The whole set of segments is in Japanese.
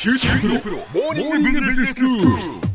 九州大学モーニングビジネススクール。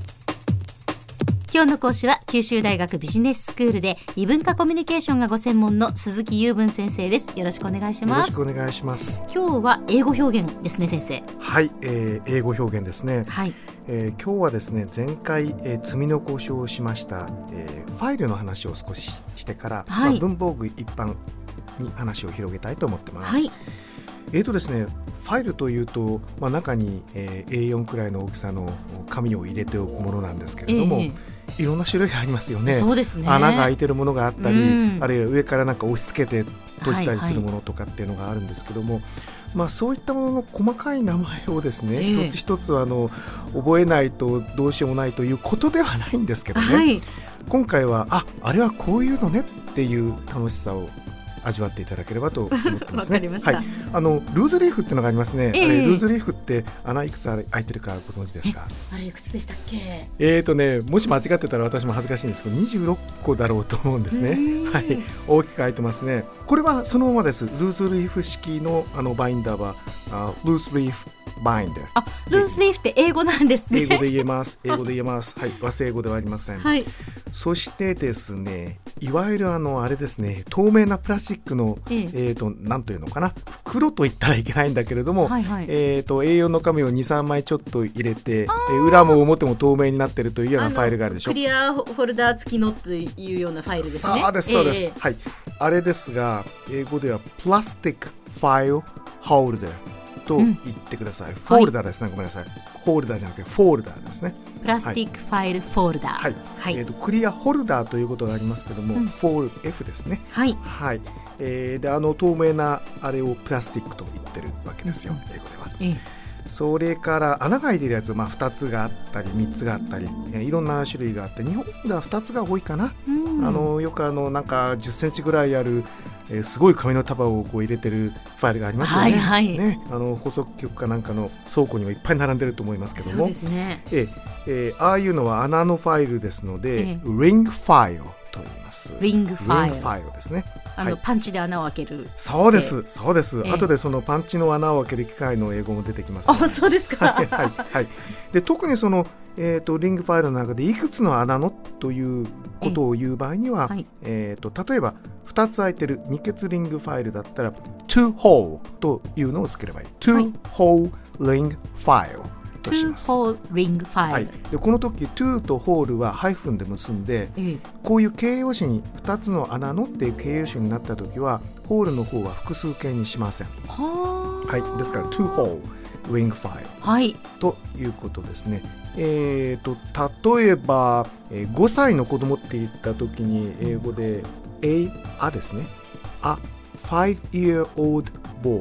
今日の講師は九州大学ビジネススクールで異文化コミュニケーションがご専門の鈴木雄文先生です。よろしくお願いします。 よろしくお願いします。 今日は英語表現ですね、先生。 はい、英語表現ですね。 はい。 今日はですね、前回、積み残しをしました、ファイルの話を少ししてから、 はい、 文房具一般に話を広げたいと思ってます。 はい。 ですね、ファイルというと、中に、A4 くらいの大きさの紙を入れておくものなんですけれども、いろんな種類がありますよね。 そうですね。 穴が開いてるものがあったり、あるいは上からなんか押し付けて閉じたりするものとかっていうのがあるんですけども、そういったものの細かい名前をですね、一つ一つ覚えないとどうしようもないということではないんですけどね、はい、今回はあれはこういうのねっていう楽しさを味わっていただければと思ってますね。 わかりました。 はい、ルーズリーフっていうのがありますね。あれルーズリーフって穴いくつ開いてるかご存知ですか？ あれいくつでしたっけ？ もし間違ってたら私も恥ずかしいんですけど26個だろうと思うんですね。はい、大きく開いてますね。これはそのままです。ルーズリーフ式のバインダーはルーズリーフバインダー。 ルーズリーフって英語なんですね。 英語で言えます。英語で言えます。はい、和製英語ではありません。 はい。 そしてですね、いわゆるあれですね、透明なプラスチックの、なんというのかな、袋と言ったらいけないんだけれども、 はいはい、 A4 の紙を 2,3 枚ちょっと入れて、裏も表も透明になっているというようなファイルがあるでしょ。 クリアホルダー付きのというようなファイルですね。 そうですそうです、はい。あれですが、英語ではプラスティックファイルホルダーと言ってください。フォルダーですね、ごめんなさい。ホルダーじゃなくてフォルダーですね。 プラスティックファイルフォルダー。 はい。はい、クリアホルダーということがありますけども、F ですね。 はい。 はい。で透明なあれをプラスティックと言ってるわけですよ、英語では。それから穴が開いてるやつ、2つがあったり3つがあったり、いろんな種類があって、日本では2つが多いかな。よくなんか10センチぐらいあるすごい紙の束をこう入れてるファイルがありますよね。 はいはい、 ね、放送局かなんかの倉庫にはいっぱい並んでると思いますけども、 そうですね。 ああいうのは穴のファイルですので、リングファイルと言います。 リングファイルですね。 パンチで穴を開ける。 そうですそうです。後でそのパンチの穴を開ける機械の英語も出てきます、 ね。そうですか。 はいはい。で特にそのリングファイルの中でいくつの穴のということを言う場合には、例えば2つ開いてる二欠リングファイルだったら two hole というのをつければいい。two hole ring file とします。 two hole ring file、はい、 でこの時 to と hole はハイフンで結んで、こういう形容詞に2つの穴のっていう形容詞になった時はホールの方は複数形にしません。はい、ですから two hole ring file、はい、ということですね。例えば、5歳の子供って言った時に英語であですね。5-year-old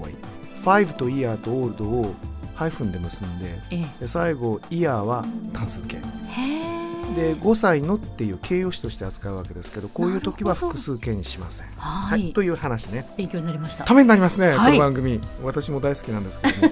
boy。5と year と old をハイフンで結んで、で最後 year は単数形。で5歳のっていう形容詞として扱うわけですけど、こういう時は複数形にしません。はい、という話ね。 勉強になりました。 ためになりますね、この番組。私も大好きなんですけども。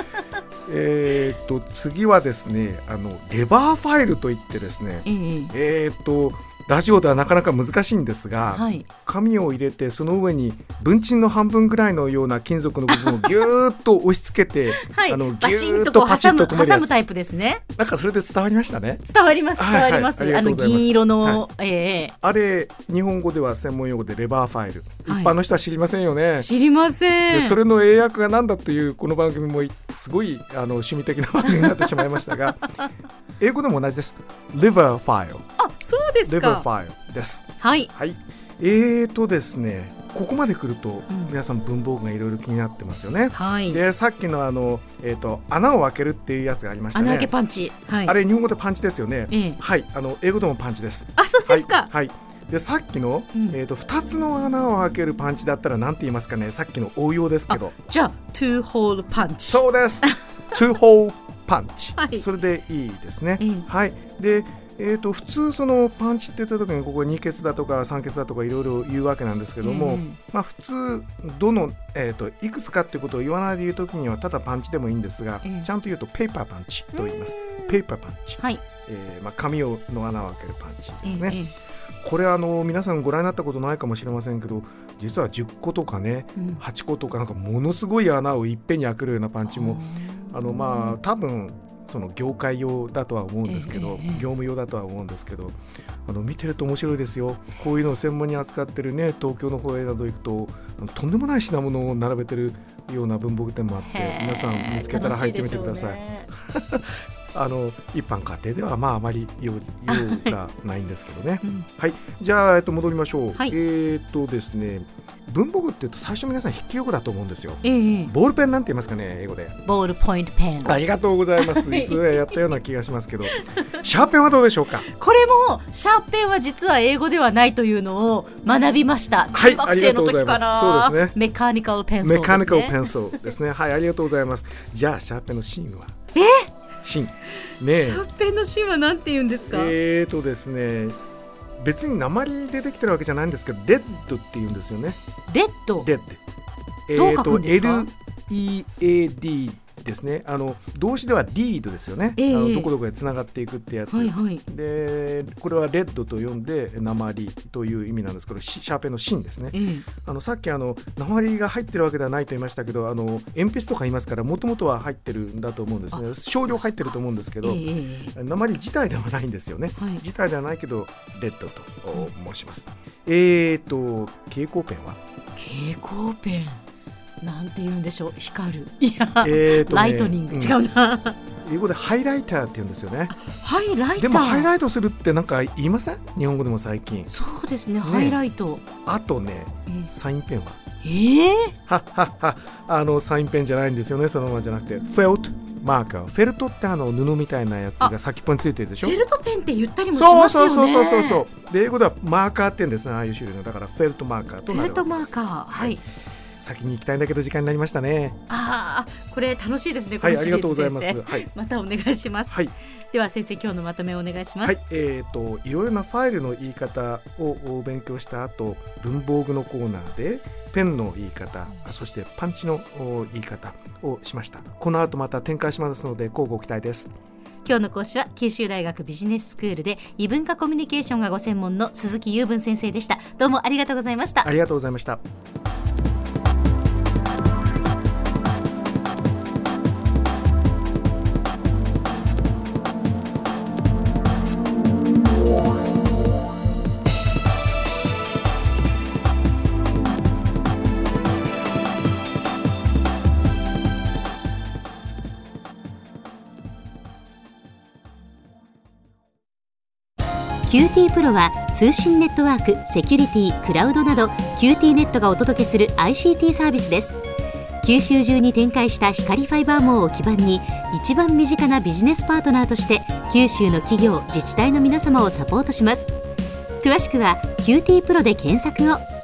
次はですね、レバーファイルといってですね、ラジオではなかなか難しいんですが、紙を入れてその上に文鎮の半分ぐらいのような金属の部分をギューッと押し付けて、ギューッとパチッと止めるやつ。 挟むタイプですね。 なんかそれで伝わりましたね。 伝わります。銀色の、 あれ日本語では専門用語でレバーファイル、一般の人は知りませんよね。 知りません。 でそれの英訳が何だというこの番組もすごい趣味的な番組になってしまいましたが英語でも同じです。リバーファイル。 そうですか。 リバーファイルです。 はい、 はい。ですね、ここまで来ると、皆さん文房具がいろいろ気になってますよね。 はい、 でさっきの穴を開けるっていうやつがありましたね。 穴開けパンチ、はい、 あれ日本語でパンチですよね。はい、英語でもパンチです。 そうですか。 はい、でさっきの、2つの穴を開けるパンチだったら何て言いますかね。さっきの応用ですけど、 じゃあ two hole punch。 そうですtwo hole punch、 はい、 それでいいですね。はい。で普通そのパンチって言った時にここ2欠だとか3欠だとかいろいろ言うわけなんですけども、普通どの、いくつかっていうことを言わないで言う時にはただパンチでもいいんですが、ちゃんと言うとペーパーパンチと言います。ペーパーパンチ、はい。紙の穴を開けるパンチですね。これ皆さんご覧になったことないかもしれませんけど、実は10個とかね、8個とかなんかものすごい穴をいっぺんに開けるようなパンチも多分その業界用だとは思うんですけど、業務用だとは思うんですけど、見てると面白いですよ。こういうのを専門に扱ってるね、東京の方へなど行くととんでもない品物を並べてるような文房具店もあって、皆さん見つけたら入ってみてください。一般家庭ではあまり用がないんですけどね。はい、じゃあ、戻りましょう。 はい、 ですね、文房具っていうと最初皆さん筆記用具だと思うんですよ。ボールペンなんて言いますかね、英語で。 ボールポイントペン。 ありがとうございます。それはやったような気がしますけどシャーペンはどうでしょうか。 これもシャーペンは実は英語ではないというのを学びました。 はい、 中学生の時から。 そうですね。 メカニカルペンソルですね。 メカニカルペンソルですね。はい、ありがとうございます。じゃあシャーペンの芯は芯ね。 シャーペンの芯はなんて言うんですか。 ですね、別に鉛でできてるわけじゃないんですけど、レッドって言うんですよね。 レッド。 レッド。 どう書くんですか。 LEAD ですね。動詞ではリードですよね。どこどこでつながっていくってやつ。で、これはレッドと読んで鉛という意味なんですけど、シャーペンの芯ですね。さっき鉛が入ってるわけではないと言いましたけど、鉛筆とか言いますから、もともとは入ってるんだと思うんですね。少量入ってると思うんですけど、鉛自体ではないんですよね。自体ではないけどレッドと申します。蛍光ペンは。 蛍光ペンなんて言うんでしょう。光る。いや、ライトニング、違うな。 英語でハイライターって言うんですよね。 ハイライター。 でもハイライトするってなんか言いません？日本語でも最近。 そうですね、ハイライト。 あとね、サインペンは。サインペンじゃないんですよね。そのままじゃなくて、フェルトマーカー。フェルトって布みたいなやつが先っぽについてるでしょ。 フェルトペンって言ったりもしますよね。 そう。で、英語ではマーカーって言うんですね。ああいう種類の。だからフェルトマーカーとなるわけです。 フェルトマーカー。はい。 先に行きたいんだけど時間になりましたね。 これ楽しいですね。 はい、ありがとうございます。 またお願いします。では先生、今日のまとめをお願いします。 いろいろなファイルの言い方を勉強した後、文房具のコーナーでペンの言い方、そしてパンチの言い方をしました。この後また展開しますので、乞うご期待です。 今日の講師は九州大学ビジネススクールで異文化コミュニケーションがご専門の鈴木雄文先生でした。どうもありがとうございました。 ありがとうございました。 QT プロは通信ネットワーク、セキュリティ、クラウドなど QT ネットがお届けする ICT サービスです。九州中に展開した光ファイバー網を基盤に、一番身近なビジネスパートナーとして九州の企業、自治体の皆様をサポートします。詳しくは QT プロで検索を。